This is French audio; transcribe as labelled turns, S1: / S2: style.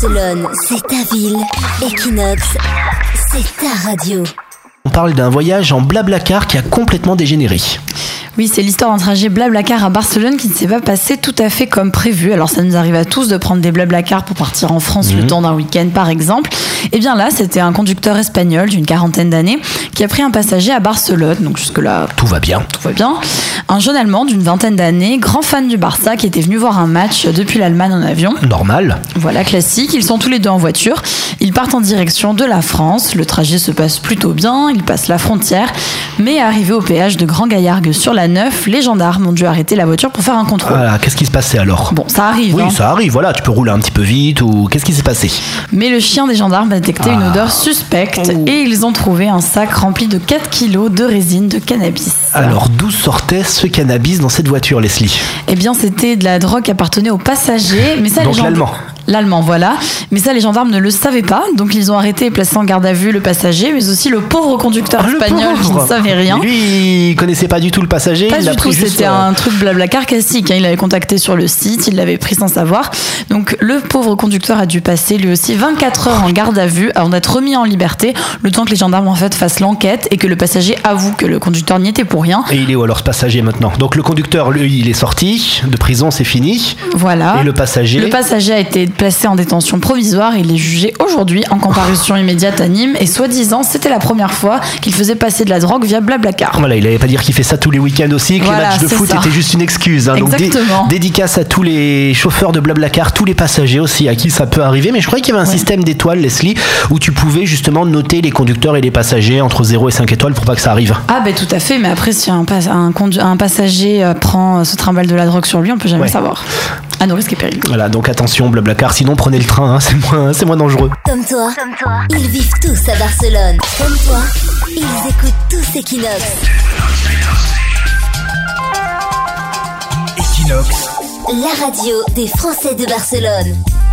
S1: Barcelone, c'est ta ville. Equinox, c'est ta radio.
S2: On parle d'un voyage en Blablacar qui a complètement dégénéré.
S3: Oui, c'est l'histoire d'un trajet Blablacar à Barcelone qui ne s'est pas passé tout à fait comme prévu. Alors ça nous arrive à tous de prendre des Blablacar pour partir en France le temps d'un week-end par exemple. Et bien là, c'était un conducteur espagnol d'une 40aine d'années qui a pris un passager à Barcelone. Donc jusque-là,
S2: Tout va bien.
S3: tout va bien. Un jeune Allemand d'une 20aine d'années, grand fan du Barça, qui était venu voir un match depuis l'Allemagne en avion.
S2: Normal.
S3: Voilà, classique. Ils sont tous les deux en voiture. Ils partent en direction de la France. Le trajet se passe plutôt bien. Ils passent la frontière. Mais arrivé au péage de Grand Gaillargues sur la 9, les gendarmes ont dû arrêter la voiture pour faire un contrôle.
S2: Voilà, qu'est-ce qui se passait alors ?
S3: Bon, ça arrive.
S2: Oui,
S3: hein.
S2: ça arrive, voilà, tu peux rouler un petit peu vite ou qu'est-ce qui s'est passé ?
S3: Mais le chien des gendarmes a détecté une odeur suspecte et ils ont trouvé un sac rempli de 4 kilos de résine de cannabis.
S2: Alors, d'où sortait ce cannabis dans cette voiture, Leslie ?
S3: Eh bien, c'était de la drogue qui appartenait aux passagers. Mais ça,
S2: Donc
S3: les gendarmes...
S2: l'allemand.
S3: L'allemand, voilà. Mais ça, les gendarmes ne le savaient pas. Donc, ils ont arrêté et placé en garde à vue le passager, mais aussi le pauvre conducteur espagnol qui ne savait rien.
S2: Et lui, il connaissait pas du tout le passager.
S3: Pas
S2: il
S3: du
S2: l'a
S3: tout,
S2: pris juste,
S3: c'était un truc Blablacar classique. Il l'avait contacté sur le site, il l'avait pris sans savoir. Donc, le pauvre conducteur a dû passer lui aussi 24 heures en garde à vue avant d'être remis en liberté, le temps que les gendarmes en fait fassent l'enquête et que le passager avoue que le conducteur n'y était pour rien.
S2: Et il est où alors ce passager maintenant ? Donc le conducteur, lui, il est sorti de prison, c'est fini.
S3: Voilà.
S2: Et le passager ?
S3: Le passager a été placé en détention provisoire et il est jugé aujourd'hui en comparution immédiate à Nîmes. Et soi-disant, c'était la première fois qu'il faisait passer de la drogue via Blablacar.
S2: Voilà, il n'allait pas dire qu'il fait ça tous les week-ends aussi, que
S3: Voilà,
S2: les matchs de
S3: c'est
S2: foot
S3: ça.
S2: étaient juste une excuse. Hein. Donc
S3: Exactement.
S2: dédicace à tous les chauffeurs de Blablacar, tous les passagers aussi à qui ça peut arriver. Mais je croyais qu'il y avait un système d'étoiles, Leslie, où tu pouvais justement noter les conducteurs et les passagers entre 0 et 5 étoiles pour pas que ça arrive.
S3: Ah ben tout à fait, mais après si un passager se trimballe de la drogue sur lui, on peut jamais savoir. À nos risques et périls.
S2: Voilà, donc attention Blablacar, sinon prenez le train, hein, c'est moins dangereux.
S1: Comme toi, ils vivent tous à Barcelone. Comme toi, ils écoutent tous Equinox.
S4: Equinox,
S1: La radio des Français de Barcelone.